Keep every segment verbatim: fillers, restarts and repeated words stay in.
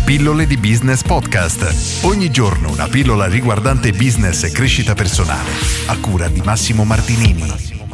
Pillole di Business Podcast. Ogni giorno una pillola riguardante business e crescita personale. A cura di Massimo Martinini.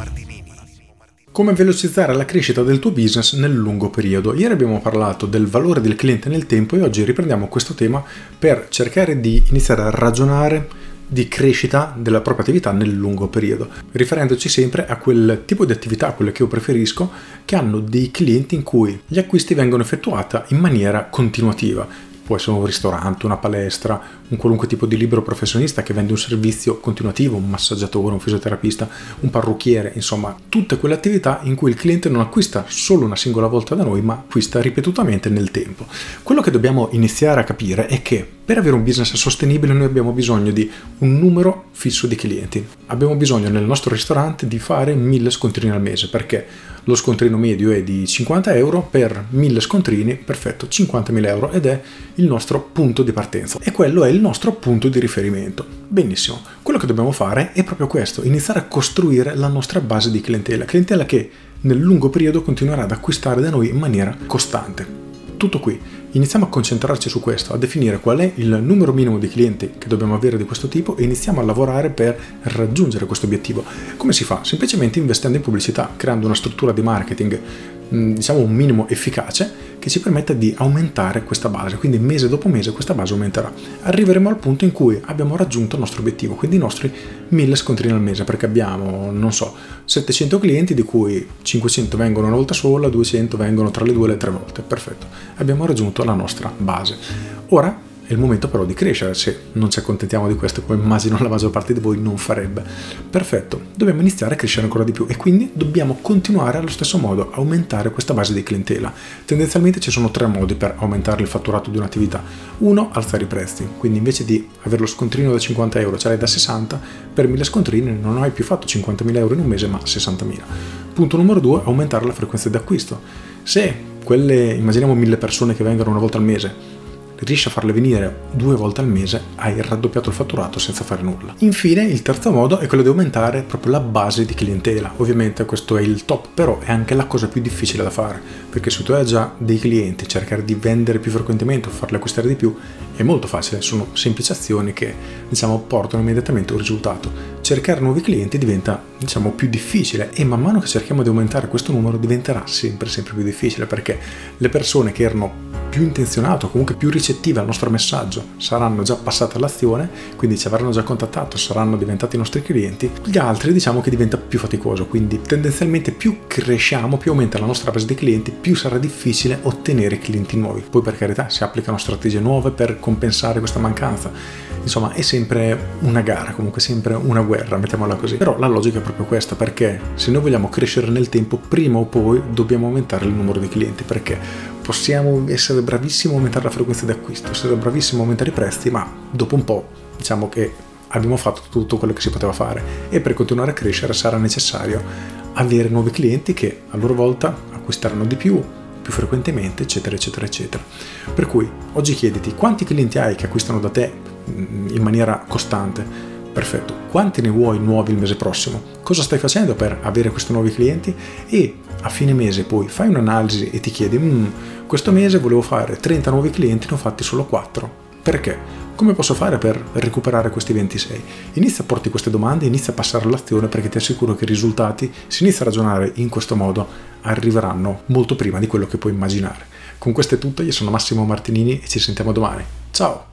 Come velocizzare la crescita del tuo business nel lungo periodo. Ieri abbiamo parlato del valore del cliente nel tempo e oggi riprendiamo questo tema per cercare di iniziare a ragionare di crescita della propria attività nel lungo periodo, riferendoci sempre a quel tipo di attività, quelle che io preferisco, che hanno dei clienti in cui gli acquisti vengono effettuati in maniera continuativa. Può essere un ristorante, una palestra, un qualunque tipo di libero professionista che vende un servizio continuativo, un massaggiatore, un fisioterapista, un parrucchiere, insomma, tutte quelle attività in cui il cliente non acquista solo una singola volta da noi, ma acquista ripetutamente nel tempo. Quello che dobbiamo iniziare a capire è che per avere un business sostenibile noi abbiamo bisogno di un numero fisso di clienti. Abbiamo bisogno nel nostro ristorante di fare mille scontrini al mese, perché lo scontrino medio è di cinquanta euro, per mille scontrini, perfetto, cinquantamila euro, ed è il nostro punto di partenza e quello è il nostro punto di riferimento. Benissimo, quello che dobbiamo fare è proprio questo, iniziare a costruire la nostra base di clientela, clientela che nel lungo periodo continuerà ad acquistare da noi in maniera costante. Tutto qui. Iniziamo a concentrarci su questo, a definire qual è il numero minimo di clienti che dobbiamo avere di questo tipo e iniziamo a lavorare per raggiungere questo obiettivo. Come si fa? Semplicemente investendo in pubblicità, creando una struttura di marketing, diciamo un minimo efficace, che ci permetta di aumentare questa base, quindi mese dopo mese questa base aumenterà. Arriveremo al punto in cui abbiamo raggiunto il nostro obiettivo, quindi i nostri mille scontrini al mese, perché abbiamo, non so, settecento clienti, di cui cinquecento vengono una volta sola, duecento vengono tra le due e le tre volte. Perfetto, abbiamo raggiunto la nostra base. Ora è il momento però di crescere, se non ci accontentiamo di questo, come immagino la maggior parte di voi non farebbe. Perfetto, dobbiamo iniziare a crescere ancora di più e quindi dobbiamo continuare allo stesso modo a aumentare questa base di clientela. Tendenzialmente ci sono tre modi per aumentare il fatturato di un'attività. Uno, alzare i prezzi, quindi invece di avere lo scontrino da cinquanta euro, ce l'hai da sessanta, per mille scontrini non hai più fatto cinquantamila euro in un mese ma sessantamila. Punto numero due, aumentare la frequenza di acquisto. Se quelle, immaginiamo mille persone che vengono una volta al mese, riesci a farle venire due volte al mese, hai raddoppiato il fatturato senza fare nulla. Infine, il terzo modo è quello di aumentare proprio la base di clientela. Ovviamente questo è il top, però è anche la cosa più difficile da fare, perché se tu hai già dei clienti, cercare di vendere più frequentemente o farli acquistare di più è molto facile, sono semplici azioni che, diciamo, portano immediatamente un risultato. Cercare nuovi clienti diventa, diciamo, più difficile e man mano che cerchiamo di aumentare questo numero diventerà sempre sempre più difficile, perché le persone che erano più intenzionate o comunque più ricettive al nostro messaggio saranno già passate all'azione, quindi ci avranno già contattato, saranno diventati i nostri clienti. Gli altri, diciamo che diventa più faticoso, quindi tendenzialmente più cresciamo, più aumenta la nostra base di clienti, più sarà difficile ottenere clienti nuovi. Poi per carità si applicano strategie nuove per compensare questa mancanza. Insomma, è sempre una gara, comunque sempre una guerra, mettiamola così. Però la logica è proprio questa, perché se noi vogliamo crescere nel tempo, prima o poi dobbiamo aumentare il numero di clienti, perché possiamo essere bravissimi a aumentare la frequenza di acquisto, essere bravissimi a aumentare i prezzi, ma dopo un po' diciamo che abbiamo fatto tutto quello che si poteva fare e per continuare a crescere sarà necessario avere nuovi clienti che a loro volta acquisteranno di più, più frequentemente, eccetera eccetera eccetera. Per cui oggi chiediti quanti clienti hai che acquistano da te in maniera costante. Perfetto, quanti ne vuoi nuovi il mese prossimo? Cosa stai facendo per avere questi nuovi clienti? E a fine mese poi fai un'analisi e ti chiedi mm, questo mese volevo fare trenta nuovi clienti, ne ho fatti solo quattro. Perché? Come posso fare per recuperare questi ventisei? Inizia a porti queste domande, inizia a passare all'azione, perché ti assicuro che i risultati, se inizia a ragionare in questo modo, arriveranno molto prima di quello che puoi immaginare. Con questo è tutto, io sono Massimo Martinini e ci sentiamo domani. Ciao!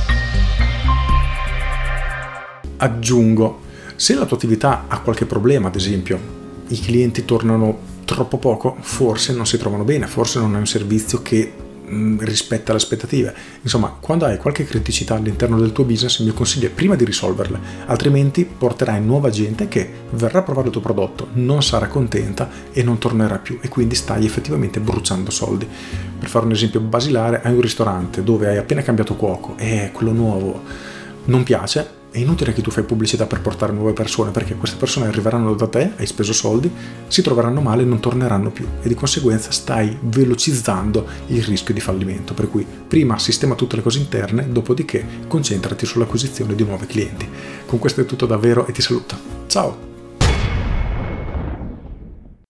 Aggiungo, se la tua attività ha qualche problema, ad esempio, i clienti tornano troppo poco, forse non si trovano bene, forse non è un servizio che mh, rispetta le aspettative. Insomma, quando hai qualche criticità all'interno del tuo business, il mio consiglio è prima di risolverle, altrimenti porterai nuova gente che verrà a provare il tuo prodotto, non sarà contenta e non tornerà più, e quindi stai effettivamente bruciando soldi. Per fare un esempio basilare, hai un ristorante dove hai appena cambiato cuoco e quello nuovo non piace, è inutile che tu fai pubblicità per portare nuove persone, perché queste persone arriveranno da te, hai speso soldi, si troveranno male e non torneranno più, e di conseguenza stai velocizzando il rischio di fallimento. Per cui prima sistema tutte le cose interne, dopodiché concentrati sull'acquisizione di nuovi clienti. Con questo è tutto davvero e ti saluto. Ciao!